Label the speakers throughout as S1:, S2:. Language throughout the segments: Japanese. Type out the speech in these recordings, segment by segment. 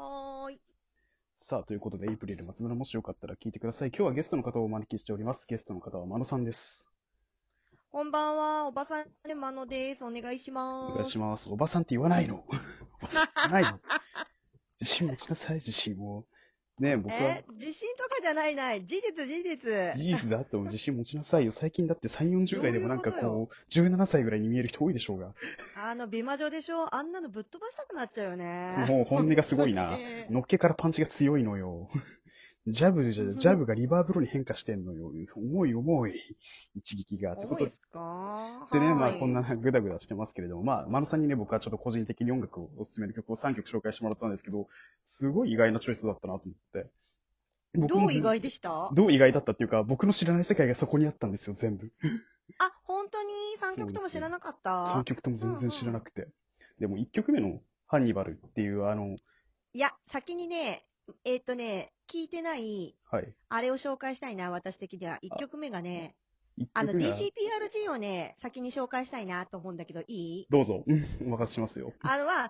S1: はーい。
S2: さあ、ということで、エイプリル松村もしよかったら聞いてください。今日はゲストの方をお招きしております。ゲストの方は真野さんです。
S1: こんばんは、おばさんでまのです。お願いし
S2: お願い
S1: ます。
S2: します。おばさんって言わないの。おばさんって言わないの。自信持ちなさい、自信を。ねえ、僕は
S1: 自信とかじゃないない。事実、事実。
S2: 事実だっても自信持ちなさいよ。最近だって3、40代でもなん
S1: どういうことよ。
S2: かこう、17歳ぐらいに見える人多いでしょうが。
S1: 美魔女でしょ。あんなのぶっ飛ばしたくなっちゃうよね。
S2: もう本音がすごい
S1: 本
S2: な。
S1: 当に。
S2: のっけからパンチが強いのよ。ジャブがリバーブローに変化してんのよ。重い重い。一撃が。ってこと
S1: 重いっすか？は
S2: でね、まあこんな
S1: ーい。
S2: グダグダしてますけれども、まあ、マ野さんにね、僕はちょっと個人的に音楽をおすすめの曲を3曲紹介してもらったんですけど、すごい意外なチョイスだったなと思って。僕も
S1: どう意外でした？
S2: どう意外だったっていうか、僕の知らない世界がそこにあったんですよ、全部。
S1: あ、本当に3曲とも
S2: そうですよ。
S1: 知らなかっ
S2: 3
S1: た？
S2: 曲とも
S1: うん
S2: 全然知ら
S1: うん。
S2: なくて。でも1曲目のハンニバルっていう
S1: いや、先にね、聞いてない、
S2: はい。
S1: あれを紹介したいな、私的には。1
S2: あ、
S1: 曲目がね、
S2: 1曲目は、
S1: DCPRG をね、先に紹介したいなと思うんだけど、いい？
S2: どうぞ、お任せしますよ。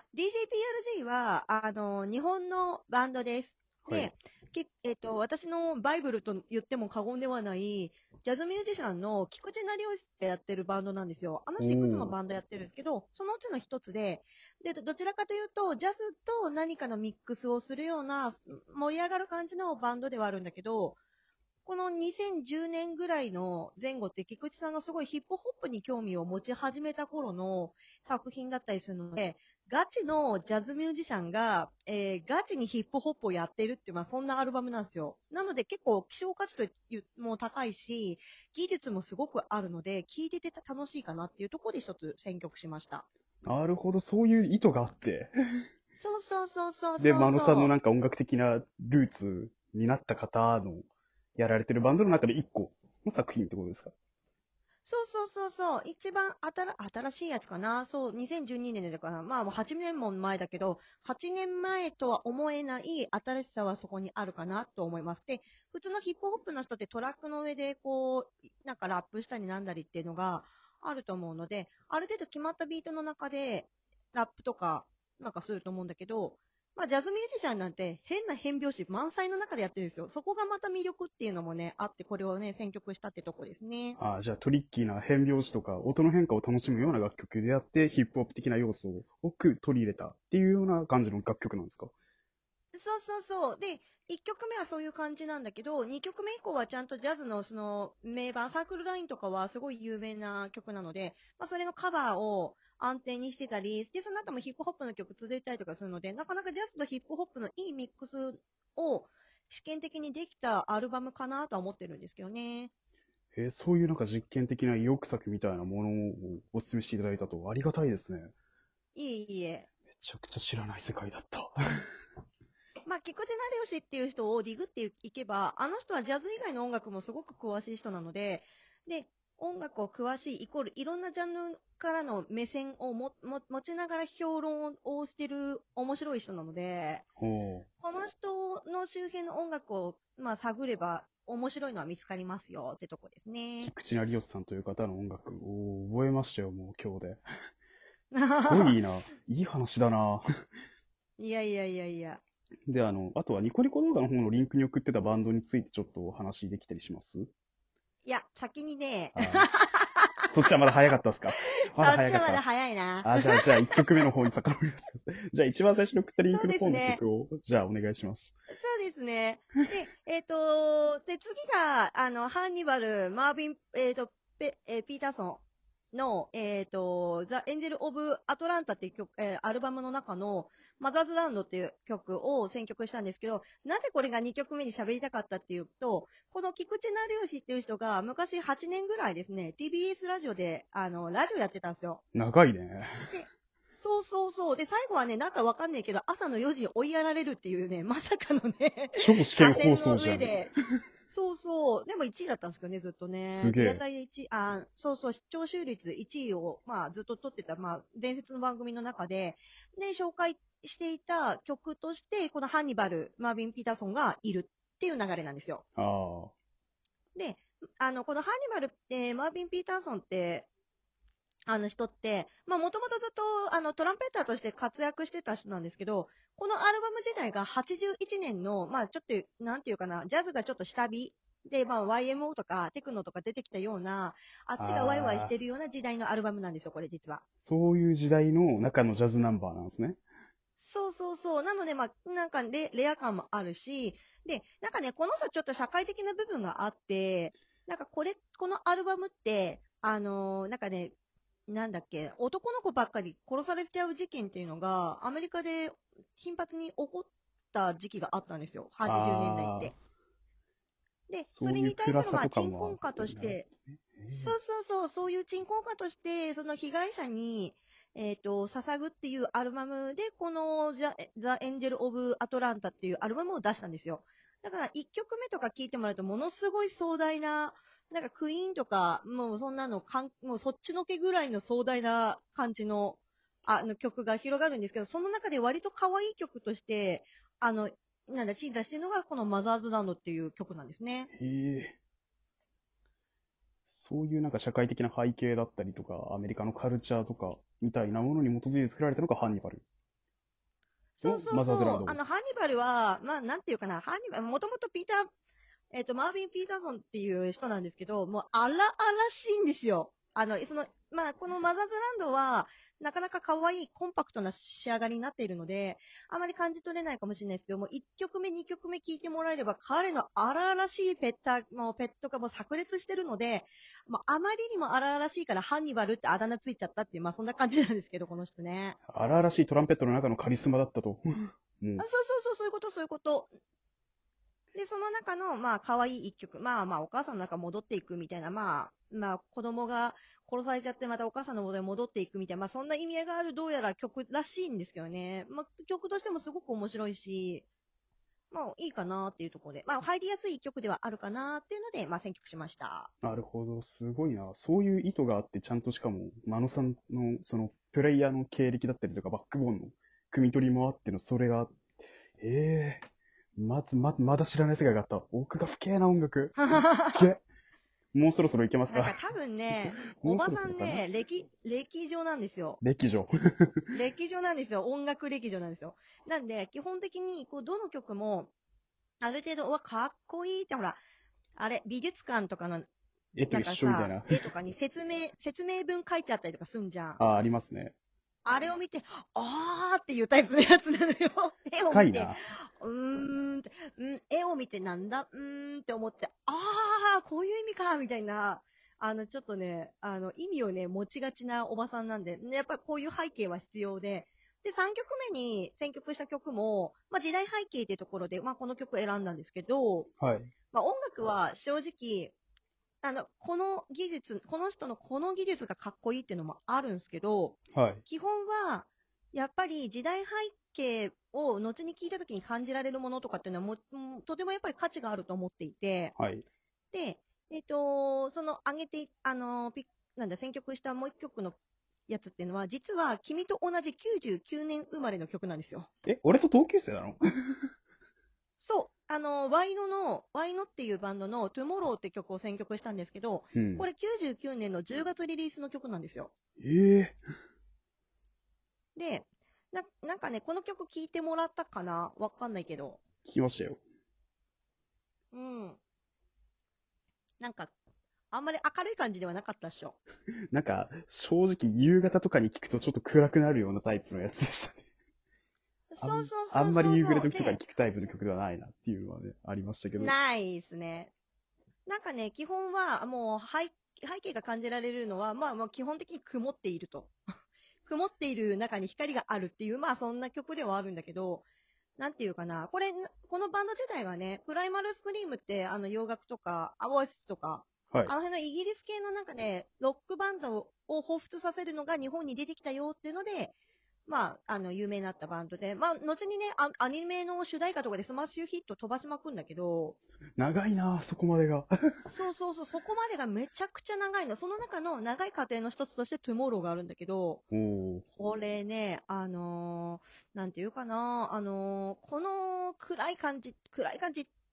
S1: DCPRG は、日本のバンドです。
S2: はい。
S1: で、私のバイブルと言っても過言ではない、ジャズミュージシャンの菊池成吉がやってるバンドなんですよ。あの
S2: お
S1: 人いくつも
S2: ー。
S1: バンドやってるんですけど、そのうちの一つで、どちらかというと、ジャズと何かのミックスをするような、盛り上がる感じのバンドではあるんだけど、この2010年ぐらいの前後って菊池さんがすごいヒップホップに興味を持ち始めた頃の作品だったりするので、ガチのジャズミュージシャンが、ガチにヒップホップをやっているっていう、まあそんなアルバムなんですよ。なので結構希少価値というも高いし、技術もすごくあるので、聴いてて楽しいかなっていうところで一つ選曲しました。
S2: なるほど、そういう意図があって。
S1: そうそうそうそう
S2: で、
S1: そう
S2: 真野さんの
S1: そう。
S2: なんか音楽的なルーツになった方のやられてるバンドの中で一個の作品ってことですか？
S1: そうそうそうそう。一番新しいやつかな。そう、2012年だから、まあもう8年も前だけど、8年前とは思えない新しさはそこにあるかなと思います。で、普通のヒップホップの人ってトラックの上でこう、なんかラップしたりなんだりっていうのがあると思うので、ある程度決まったビートの中でラップとかなんかすると思うんだけど、まあ、ジャズミュージシャンなんて変な変拍子満載の中でやってるんですよ。そこがまた魅力っていうのもね、あって、これをね、選曲したってとこですね。
S2: ああ、じゃあトリッキーな変拍子とか音の変化を楽しむような楽曲であって、ヒップホップ的な要素を多く取り入れたっていうような感じの楽曲なんですか？
S1: そうそうそう。で、1曲目はそういう感じなんだけど、2曲目以降はちゃんとジャズのその名盤、サークルラインとかはすごい有名な曲なので、まあそれのカバーを安定にしてたり、で、その後もヒップホップの曲続いたりとかするので、なかなかジャズとヒップホップのいいミックスを試験的にできたアルバムかなとは思ってるんですけどね。
S2: そういうなんか実験的な意欲作みたいなものをお勧めしていただいたとありがたいですね。
S1: いえいえ。
S2: めちゃくちゃ知らない世界だった。
S1: まあ、菊池成吉っていう人をディグっていけば、あの人はジャズ以外の音楽もすごく詳しい人なので、で、音楽を詳しいイコールいろんなジャンルからの目線を持ちながら評論をしてる面白い人なので、
S2: ほう。
S1: この人の周辺の音楽を、まあ、探れば面白いのは見つかりますよってとこですね。
S2: 菊池成吉さんという方の音楽を覚えましたよ、もう今日で。すごいいいな。いい話だな。
S1: いやいやいやいや。
S2: で、あとはニコニコ動画の方のリンクに送ってたバンドについてちょっとお話できたりします？
S1: いや、先にね、
S2: あそっちはまだ早かったですか？まだ
S1: そっちはまだ
S2: 早かった。
S1: 早いな。
S2: じゃあ1曲目の方に遡ります。じゃあ一番最初に送ったリン
S1: そう
S2: クの方の
S1: ですね。
S2: 曲を、じゃあお願いします。
S1: そうですね。で、次が、ハンニバル、マービン、ピーターソンの、ザ・エンジェル・オブ・アトランタっていう曲、アルバムの中の、マザーズラウンドっていう曲を選曲したんですけど、なぜこれが2曲目に喋りたかったっていうと、この菊池成吉っていう人が、昔8年ぐらいですね、TBS ラジオで、ラジオやってたんですよ。
S2: 長いね。
S1: で、そうそうそう。で、最後はね、なんかわかんないけど、朝の4時に追いやられるっていうね、まさかのね、
S2: 超試験放
S1: 打線の
S2: 送じゃん。
S1: 上で、そうそう。でも1位だったんですけどね、ずっとね。リア
S2: すげえ。
S1: タイで1位、そうそう、視聴習率1位を、まあ、ずっと取ってた、まあ、伝説の番組の中で、で、紹介していた曲として、このハンニバル、マービン・ピーターソンがいるっていう流れなんですよ。
S2: ああ。
S1: で、このハンニバル、マービン・ピーターソンって、 人って、まあ、もともとずっと、トランペッターとして活躍してた人なんですけど、このアルバム自体が81年の、まあ、ちょっと、なんていうかな、ジャズがちょっと下火で、まあ、YMO とかテクノとか出てきたような、あっちがワイワイし
S2: ああ、
S1: てるような時代のアルバムなんですよ、これ実は。
S2: そういう時代の中のジャズナンバーなんですね。
S1: そうそうそう。なので、まあ、なんかレア感もあるし、で、なんかね、この人ちょっと社会的な部分があって、なんかこのアルバムって、なんかね、なんだっけ、男の子ばっかり殺されちゃう事件っていうのが、アメリカで頻発に起こった時期があったんですよ。80年代っ
S2: ああ、
S1: て。で、そ
S2: そういう
S1: れに対する、まあ、
S2: 暗さとか
S1: 鎮
S2: もあっ
S1: 魂歌と
S2: て、なる
S1: して、
S2: ほどね。
S1: そうそうそう、そういう鎮魂歌として、その被害者に、捧ぐっていうアルバムで、このザ・エンジェル・オブ・アトランタっていうアルバムを出したんですよ。だから、1曲目とか聴いてもらうと、ものすごい壮大な、なんかクイーンとか、もうそんなのもうそっちのけぐらいの壮大な感じの、曲が広がるんですけど、その中で割と可愛い曲として、鎮座してるのが、このマザーズランドっていう曲なんですね。
S2: へえ。そういうなんか社会的な背景だったりとか、アメリカのカルチャーとか、みたいなものに基づいて作られたのがハンニバル
S1: そう
S2: のマザーズラ
S1: そうそう。
S2: ンド。
S1: ハンニバルは、まあ、なんていうかな、ハンニバル、もともとピーター、マービン・ピーターソンっていう人なんですけど、もう荒々しいんですよ。まあ、このマザーズランドは、なかなか可愛いコンパクトな仕上がりになっているので、あまり感じ取れないかもしれないですけども、1曲目、2曲目聴いてもらえれば、彼の荒々しいもうペットがもう炸裂してるので、まあ、あまりにも荒々しいからハンニバルってあだ名ついちゃったっていう、まあそんな感じなんですけど、この人ね。
S2: 荒々しいトランペットの中のカリスマだったと。もう、
S1: そうそうそう、そういうこと、そういうこと。で、その中の、まあ、可愛い一曲。まあまあ、お母さんの中戻っていくみたいな、まあ、子供が殺されちゃって、またお母さんの元に戻っていくみたいな、まあ、そんな意味合いがある、どうやら曲らしいんですけどね。まあ、曲としてもすごく面白いし、まあ、いいかなっていうところで、まあ、入りやすい曲ではあるかなっていうので、まあ、選曲しました。
S2: なるほど、すごいな。そういう意図があって、ちゃんとしかも、真野さんの、その、プレイヤーの経歴だったりとか、バックボーンの、汲み取りもあっての、それが、まだ知らない世界があった。奥が深えな、音楽。すっげえ。もうそろそろいけますか？
S1: なんか多分ね、
S2: もうそ
S1: おば
S2: ろそろかな？
S1: さんね、歴女なんですよ。
S2: 歴女。
S1: 歴女なんですよ。音楽歴女なんですよ。なんで、基本的に、こう、どの曲も、ある程度、うわ、かっこいいって、ほら、あれ、美術館とかの、
S2: 絵と一
S1: なんかさ、
S2: 緒みたいな。
S1: 絵とかに説明文書いてあったりとかすんじゃん。
S2: あ、ありますね。
S1: あれを見て、あーっていうタイプのやつなのよ。絵を見て、
S2: 深いな。
S1: って、絵を見てなんだって思って、こういう意味かみたいな、ちょっとね、意味をね、持ちがちなおばさんなんで、ね、やっぱりこういう背景は必要で、で、3曲目に選曲した曲も、まあ、時代背景っていうところで、まあ、この曲選んだんですけど、
S2: はい。
S1: まあ、音楽は正直、この人のこの技術がかっこいいっていうのもあるんですけど、
S2: はい。
S1: 基本は、やっぱり時代背景を後に聞いた時に感じられるものとかっていうのはとてもやっぱり価値があると思っていて、
S2: はい。
S1: で、その上げて、なんだ、選曲したもう一曲のやつっていうのは、実は君と同じ99年生まれの曲なんですよ。
S2: 俺と同級生なの？
S1: そう。ワイノっていうバンドの Tomorrow って曲を選曲したんですけど、
S2: うん。
S1: これ99年の10月リリースの曲なんですよ。
S2: ええ
S1: で、なんかね、この曲聴いてもらったかなわかんないけど。
S2: 聞きましたよ。
S1: うん。なんか、あんまり明るい感じではなかったっしょ。
S2: なんか、正直夕方とかに聞くとちょっと暗くなるようなタイプのやつでしたね。あ
S1: そうそうそう
S2: んまり夕暮れ
S1: そうそう。
S2: 時とかに
S1: で、
S2: 聞くタイプの曲ではないなっていうのはね、ありましたけど。
S1: ないですね。なんかね、基本はもう背景が感じられるのは、まあもう基本的に曇っていると。曇っている中に光があるっていう、まあそんな曲ではあるんだけど、なんていうかな、このバンド自体がね、プライマルスクリームって洋楽とか、アオアシスとか、
S2: はい。
S1: あの辺のイギリス系のなんかね、ロックバンドを彷彿させるのが日本に出てきたよっていうので、まあ、有名になったバンドで、まあ、後にね、アニメの主題歌とかでスマッシュヒット飛ばしまくんだけど、
S2: 長いなそこまでが。
S1: そうそうそう、そこまでがめちゃくちゃ長いの。その中の長い過程の一つとしてトゥモローがあるんだけど、
S2: おー。
S1: これね、なんていうかな、この暗い感じ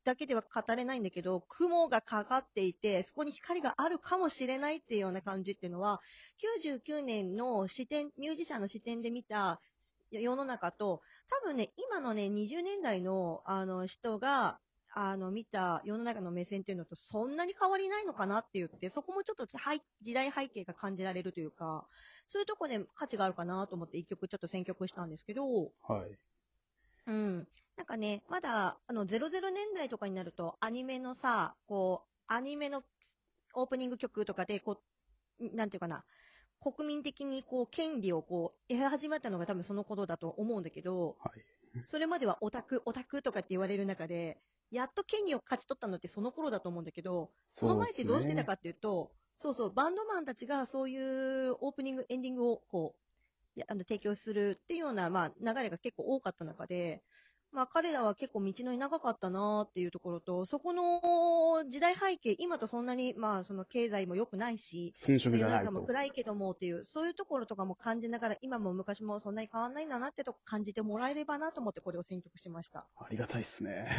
S1: だけでは語れないんだけど、雲がかかっていて、そこに光があるかもしれないっていうような感じっていうのは、99年の視点、ミュージシャンの視点で見た世の中と、多分ね、今のね、20年代の、人が、見た世の中の目線っていうのとそんなに変わりないのかなって言って、そこもちょっと時代背景が感じられるというか、そういうとこで価値があるかなと思って一曲ちょっと選曲したんですけど、
S2: はい。
S1: うん。なんかね、まだ、00年代とかになると、アニメのさ、こう、アニメのオープニング曲とかで、こう、なんていうかな、国民的にこう、権利をこう、得始めたのが多分その頃だと思うんだけど、
S2: はい。
S1: それまではオタクとかって言われる中で、やっと権利を勝ち取ったのってその頃だと思うんだけど、その
S2: そうで
S1: 前って
S2: すね。
S1: どうしてたかっていうと、そうそう、バンドマンたちがそういうオープニング、エンディングをこう、提供するっていうような、まあ、流れが結構多かった中で、まあ、彼らは結構道のり長かったなっていうところと、そこの時代背景、今とそんなに、まあ、その経済も良くないし、
S2: 遜色
S1: まあ世の
S2: がないと。
S1: 中も暗いけどもっていう、そういうところとかも感じながら、今も昔もそんなに変わんないんだなってとこ感じてもらえればなと思って、これを選曲しました。
S2: ありがたいっすね。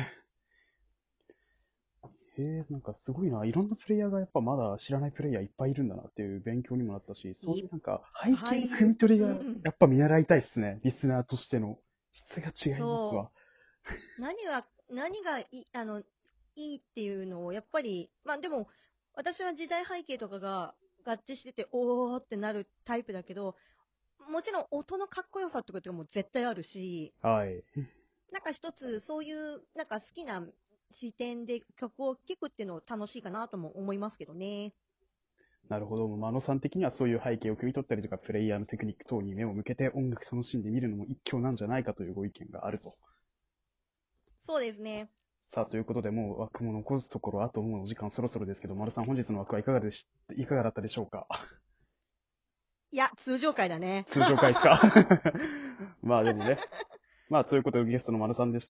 S2: なんかすごいな。いろんなプレイヤーがやっぱまだ知らないプレイヤーいっぱいいるんだなっていう勉強にもなったし、そう
S1: いっ
S2: いうなんか背景の
S1: ぱいいる。
S2: 汲み取りが
S1: うん。
S2: やっぱ見習いたいっすね。リスナーとしての質が違います
S1: そ
S2: わ。
S1: う。何がいいっていうのを、やっぱり、まあでも、私は時代背景とかが合致してて、おーってなるタイプだけど、もちろん音のかっこよさとかっても絶対あるし、
S2: はい。
S1: なんか一つそういうなんか好きな視点で曲を聴くっていうの楽しいかなとも思いますけどね。
S2: なるほど。真野さん的にはそういう背景を汲み取ったりとか、プレイヤーのテクニック等に目を向けて音楽楽しんでみるのも一興なんじゃないかというご意見があると。
S1: そうですね。
S2: さあ、ということで、もう枠も残すところ、あともうお時間そろそろですけど、丸さん本日の枠はいかがいかがだったでしょうか？
S1: いや、通常回だね。
S2: 通常回ですか？まあでもね。まあ、ということでゲストの丸さんでした。